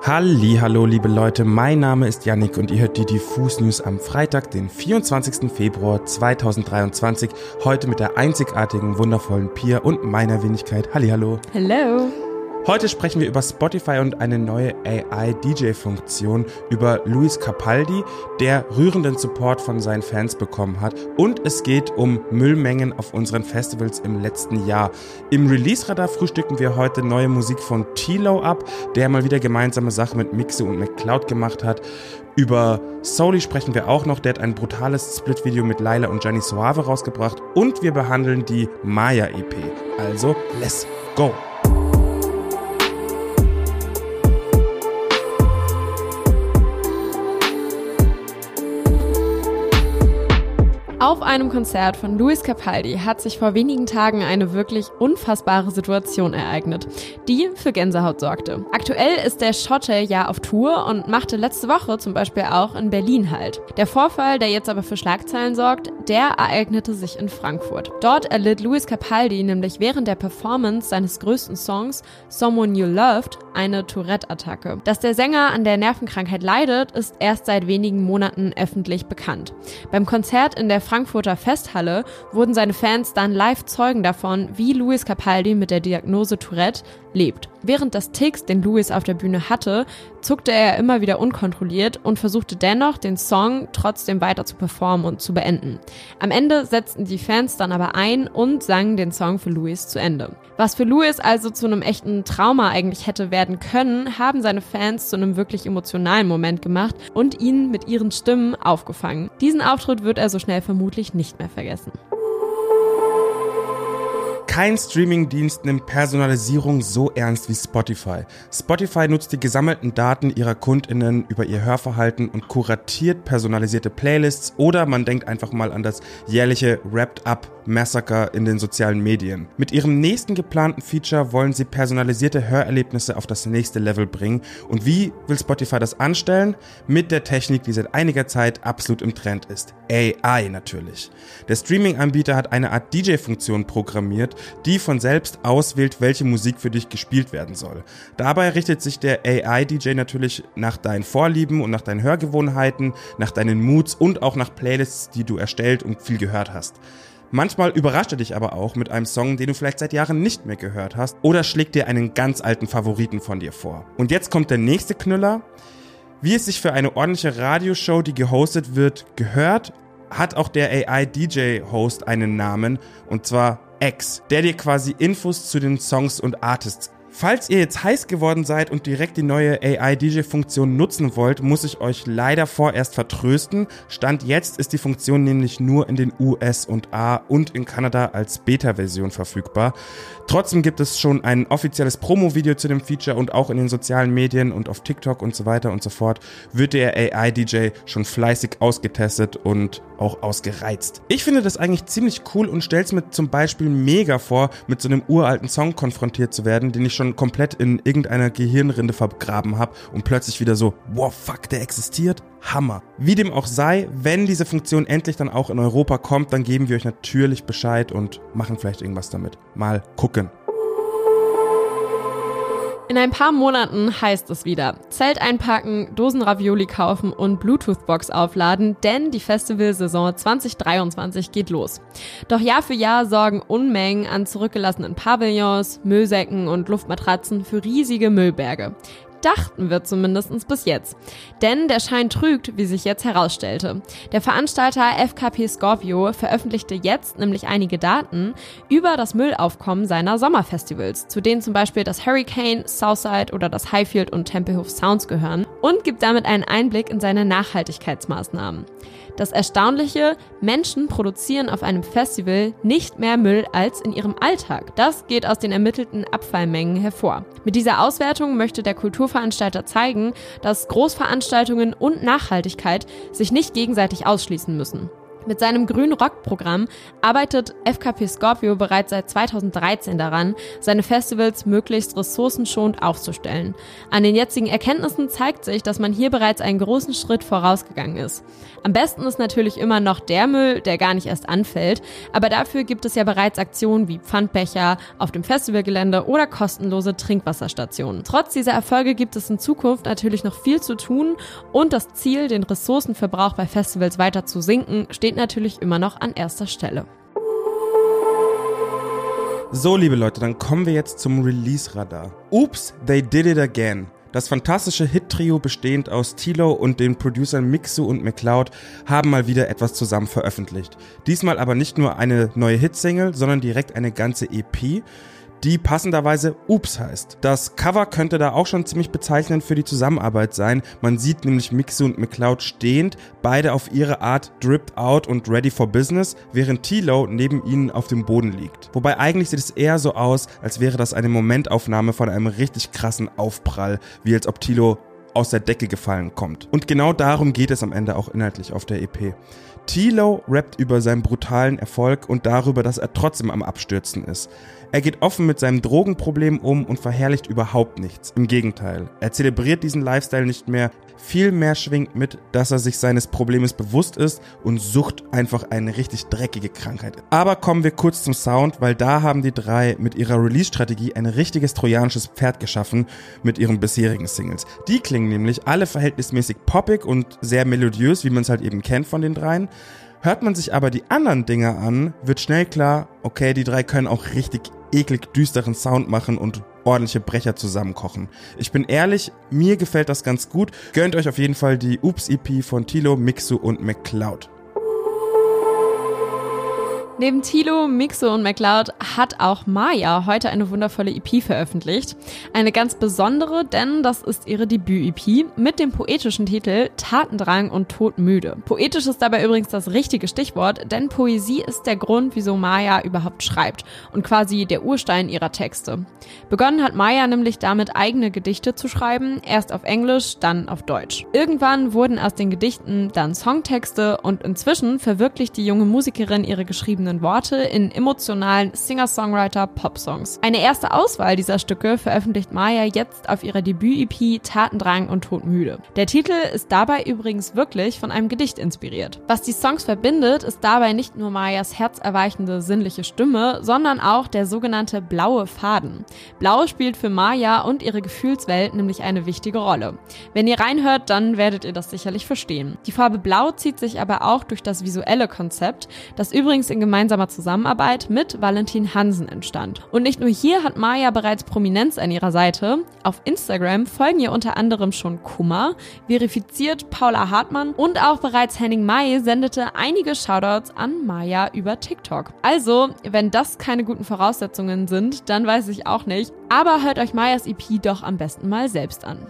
Hallihallo, liebe Leute, mein Name ist Yannick und ihr hört die Diffus News am Freitag, den 24. Februar 2023, heute mit der einzigartigen, wundervollen Pia und meiner Wenigkeit. Hallihallo. Hello. Heute sprechen wir über Spotify und eine neue AI-DJ-Funktion, über Lewis Capaldi, der rührenden Support von seinen Fans bekommen hat, und es geht um Müllmengen auf unseren Festivals im letzten Jahr. Im Release-Radar frühstücken wir heute neue Musik von Tilo ab, der mal wieder gemeinsame Sachen mit Mixe und McCloud gemacht hat. Über Soli sprechen wir auch noch, der hat ein brutales Split-Video mit Laila und Gianni Suave rausgebracht, und wir behandeln die Maya-EP. Also, let's go! Auf einem Konzert von Lewis Capaldi hat sich vor wenigen Tagen eine wirklich unfassbare Situation ereignet, die für Gänsehaut sorgte. Aktuell ist der Schotte ja auf Tour und machte letzte Woche zum Beispiel auch in Berlin Halt. Der Vorfall, der jetzt aber für Schlagzeilen sorgt, der ereignete sich in Frankfurt. Dort erlitt Lewis Capaldi nämlich während der Performance seines größten Songs Someone You Loved eine Tourette-Attacke. Dass der Sänger an der Nervenkrankheit leidet, ist erst seit wenigen Monaten öffentlich bekannt. Beim Konzert in der Frankfurter Festhalle wurden seine Fans dann live Zeugen davon, wie Lewis Capaldi mit der Diagnose Tourette lebt. Während des Ticks, den Lewis auf der Bühne hatte, zuckte er immer wieder unkontrolliert und versuchte dennoch, den Song trotzdem weiter zu performen und zu beenden. Am Ende setzten die Fans dann aber ein und sangen den Song für Lewis zu Ende. Was für Lewis also zu einem echten Trauma eigentlich hätte werden können, haben seine Fans zu einem wirklich emotionalen Moment gemacht und ihn mit ihren Stimmen aufgefangen. Diesen Auftritt wird er so schnell vermutlich nicht mehr vergessen. Kein Streamingdienst nimmt Personalisierung so ernst wie Spotify. Spotify nutzt die gesammelten Daten ihrer KundInnen über ihr Hörverhalten und kuratiert personalisierte Playlists, oder man denkt einfach mal an das jährliche Wrapped-Up-Massaker in den sozialen Medien. Mit ihrem nächsten geplanten Feature wollen sie personalisierte Hörerlebnisse auf das nächste Level bringen. Und wie will Spotify das anstellen? Mit der Technik, die seit einiger Zeit absolut im Trend ist. AI natürlich. Der Streaming-Anbieter hat eine Art DJ-Funktion programmiert, die von selbst auswählt, welche Musik für dich gespielt werden soll. Dabei richtet sich der AI-DJ natürlich nach deinen Vorlieben und nach deinen Hörgewohnheiten, nach deinen Moods und auch nach Playlists, die du erstellt und viel gehört hast. Manchmal überrascht er dich aber auch mit einem Song, den du vielleicht seit Jahren nicht mehr gehört hast, oder schlägt dir einen ganz alten Favoriten von dir vor. Und jetzt kommt der nächste Knüller. Wie es sich für eine ordentliche Radioshow, die gehostet wird, gehört, hat auch der AI-DJ-Host einen Namen, und zwar X, der dir quasi Infos zu den Songs und Artists. Falls ihr jetzt heiß geworden seid und direkt die neue AI-DJ-Funktion nutzen wollt, muss ich euch leider vorerst vertrösten. Stand jetzt ist die Funktion nämlich nur in den USA und in Kanada als Beta-Version verfügbar. Trotzdem gibt es schon ein offizielles Promo-Video zu dem Feature, und auch in den sozialen Medien und auf TikTok und so weiter und so fort wird der AI-DJ schon fleißig ausgetestet und auch ausgereizt. Ich finde das eigentlich ziemlich cool und stell's mir zum Beispiel mega vor, mit so einem uralten Song konfrontiert zu werden, den ich schon komplett in irgendeiner Gehirnrinde vergraben habe, und plötzlich wieder so, wow, fuck, der existiert? Hammer. Wie dem auch sei, wenn diese Funktion endlich dann auch in Europa kommt, dann geben wir euch natürlich Bescheid und machen vielleicht irgendwas damit. Mal gucken. In ein paar Monaten heißt es wieder: Zelt einpacken, Dosen Ravioli kaufen und Bluetooth-Box aufladen, denn die Festivalsaison 2023 geht los. Doch Jahr für Jahr sorgen Unmengen an zurückgelassenen Pavillons, Müllsäcken und Luftmatratzen für riesige Müllberge. Dachten wir zumindest bis jetzt. Denn der Schein trügt, wie sich jetzt herausstellte. Der Veranstalter FKP Scorpio veröffentlichte jetzt nämlich einige Daten über das Müllaufkommen seiner Sommerfestivals, zu denen zum Beispiel das Hurricane, Southside oder das Highfield und Tempelhof Sounds gehören, und gibt damit einen Einblick in seine Nachhaltigkeitsmaßnahmen. Das Erstaunliche: Menschen produzieren auf einem Festival nicht mehr Müll als in ihrem Alltag. Das geht aus den ermittelten Abfallmengen hervor. Mit dieser Auswertung möchte der Kulturveranstalter zeigen, dass Großveranstaltungen und Nachhaltigkeit sich nicht gegenseitig ausschließen müssen. Mit seinem grünen Rock-Programm arbeitet FKP Scorpio bereits seit 2013 daran, seine Festivals möglichst ressourcenschonend aufzustellen. An den jetzigen Erkenntnissen zeigt sich, dass man hier bereits einen großen Schritt vorausgegangen ist. Am besten ist natürlich immer noch der Müll, der gar nicht erst anfällt, aber dafür gibt es ja bereits Aktionen wie Pfandbecher auf dem Festivalgelände oder kostenlose Trinkwasserstationen. Trotz dieser Erfolge gibt es in Zukunft natürlich noch viel zu tun und das Ziel, den Ressourcenverbrauch bei Festivals weiter zu senken, steht natürlich immer noch an erster Stelle. So, liebe Leute, dann kommen wir jetzt zum Release-Radar. Oops, They Did It Again. Das fantastische Hit-Trio bestehend aus Tilo und den Producern Mixu und McCloud haben mal wieder etwas zusammen veröffentlicht. Diesmal aber nicht nur eine neue Hitsingle, sondern direkt eine ganze EP, die passenderweise Oops heißt. Das Cover könnte da auch schon ziemlich bezeichnend für die Zusammenarbeit sein. Man sieht nämlich Mixu und McCloud stehend, beide auf ihre Art dripped out und ready for business, während Tilo neben ihnen auf dem Boden liegt. Wobei eigentlich sieht es eher so aus, als wäre das eine Momentaufnahme von einem richtig krassen Aufprall, wie als ob Tilo aus der Decke gefallen kommt. Und genau darum geht es am Ende auch inhaltlich auf der EP. Tilo rappt über seinen brutalen Erfolg und darüber, dass er trotzdem am Abstürzen ist. Er geht offen mit seinem Drogenproblem um und verherrlicht überhaupt nichts. Im Gegenteil, er zelebriert diesen Lifestyle nicht mehr. Vielmehr schwingt mit, dass er sich seines Problems bewusst ist und Sucht einfach eine richtig dreckige Krankheit ist. Aber kommen wir kurz zum Sound, weil da haben die drei mit ihrer Release-Strategie ein richtiges trojanisches Pferd geschaffen mit ihren bisherigen Singles. Die klingen nämlich alle verhältnismäßig poppig und sehr melodiös, wie man es halt eben kennt von den dreien. Hört man sich aber die anderen Dinger an, wird schnell klar, okay, die drei können auch richtig eklig düsteren Sound machen und ordentliche Brecher zusammenkochen. Ich bin ehrlich, mir gefällt das ganz gut. Gönnt euch auf jeden Fall die Oops EP von Tilo, Mixu und McCloud. Neben Tilo, Mixu und McCloud hat auch Maya heute eine wundervolle EP veröffentlicht. Eine ganz besondere, denn das ist ihre Debüt-EP mit dem poetischen Titel Tatendrang und Todmüde. Poetisch ist dabei übrigens das richtige Stichwort, denn Poesie ist der Grund, wieso Maya überhaupt schreibt und quasi der Urstein ihrer Texte. Begonnen hat Maya nämlich damit, eigene Gedichte zu schreiben, erst auf Englisch, dann auf Deutsch. Irgendwann wurden aus den Gedichten dann Songtexte und inzwischen verwirklicht die junge Musikerin ihre geschriebenen Worte in emotionalen Singer-Songwriter-Pop-Songs. Eine erste Auswahl dieser Stücke veröffentlicht Maya jetzt auf ihrer Debüt-EP Tatendrang und Todmüde. Der Titel ist dabei übrigens wirklich von einem Gedicht inspiriert. Was die Songs verbindet, ist dabei nicht nur Mayas herzerweichende sinnliche Stimme, sondern auch der sogenannte blaue Faden. Blau spielt für Maya und ihre Gefühlswelt nämlich eine wichtige Rolle. Wenn ihr reinhört, dann werdet ihr das sicherlich verstehen. Die Farbe Blau zieht sich aber auch durch das visuelle Konzept, das übrigens in gemeinsamer Zusammenarbeit mit Valentin Hansen entstand. Und nicht nur hier hat Maya bereits Prominenz an ihrer Seite. Auf Instagram folgen ihr unter anderem schon Kummer, verifiziert Paula Hartmann und auch bereits Henning Mai sendete einige Shoutouts an Maya über TikTok. Also, wenn das keine guten Voraussetzungen sind, dann weiß ich auch nicht. Aber hört euch Mayas EP doch am besten mal selbst an.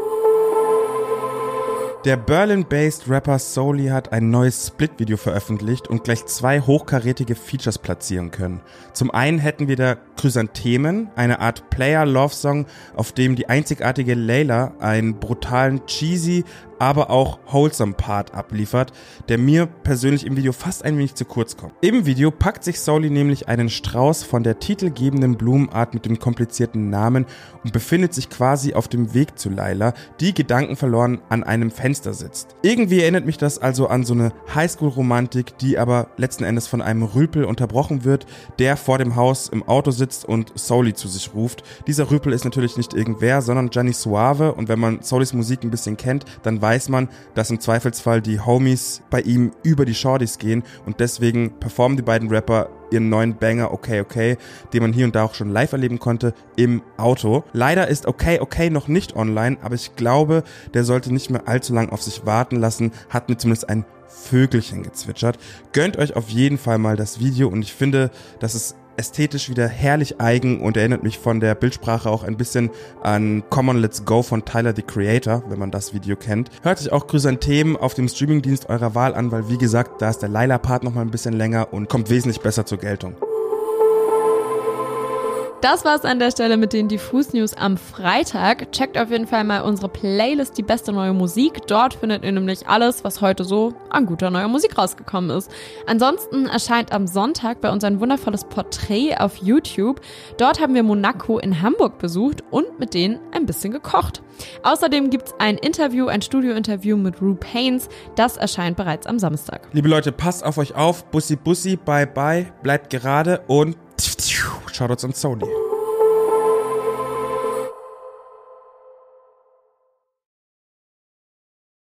Der Berlin-based Rapper Soli hat ein neues Split-Video veröffentlicht und gleich 2 hochkarätige Features platzieren können. Zum einen hätten wir da Chrysanthemen, eine Art Player-Love-Song, auf dem die einzigartige Layla einen brutalen, cheesy, aber auch wholesome Part abliefert, der mir persönlich im Video fast ein wenig zu kurz kommt. Im Video packt sich Soli nämlich einen Strauß von der titelgebenden Blumenart mit dem komplizierten Namen und befindet sich quasi auf dem Weg zu Layla, die gedankenverloren an einem Fenster sitzt. Irgendwie erinnert mich das also an so eine Highschool-Romantik, die aber letzten Endes von einem Rüpel unterbrochen wird, der vor dem Haus im Auto sitzt und Soli zu sich ruft. Dieser Rüpel ist natürlich nicht irgendwer, sondern Gianni Suave, und wenn man Solis Musik ein bisschen kennt, dann weiß man, dass im Zweifelsfall die Homies bei ihm über die Shorties gehen, und deswegen performen die beiden Rapper ihren neuen Banger Okay Okay, den man hier und da auch schon live erleben konnte, im Auto. Leider ist Okay Okay noch nicht online, aber ich glaube, der sollte nicht mehr allzu lang auf sich warten lassen, hat mir zumindest ein Vögelchen gezwitschert. Gönnt euch auf jeden Fall mal das Video, und ich finde, das ist ästhetisch wieder herrlich eigen und erinnert mich von der Bildsprache auch ein bisschen an Come On Let's Go von Tyler, the Creator, wenn man das Video kennt. Hört sich auch Chrysanthemen auf dem Streamingdienst eurer Wahl an, weil wie gesagt, da ist der Layla-Part nochmal ein bisschen länger und kommt wesentlich besser zur Geltung. Das war's an der Stelle mit den Diffus News am Freitag. Checkt auf jeden Fall mal unsere Playlist Die beste neue Musik. Dort findet ihr nämlich alles, was heute so an guter neuer Musik rausgekommen ist. Ansonsten erscheint am Sonntag bei uns ein wundervolles Porträt auf YouTube. Dort haben wir Monaco in Hamburg besucht und mit denen ein bisschen gekocht. Außerdem gibt's ein Studio-Interview mit Rue Pains. Das erscheint bereits am Samstag. Liebe Leute, passt auf euch auf. Bussi, bussi, bye, bye. Bleibt gerade und Shoutouts an Sony.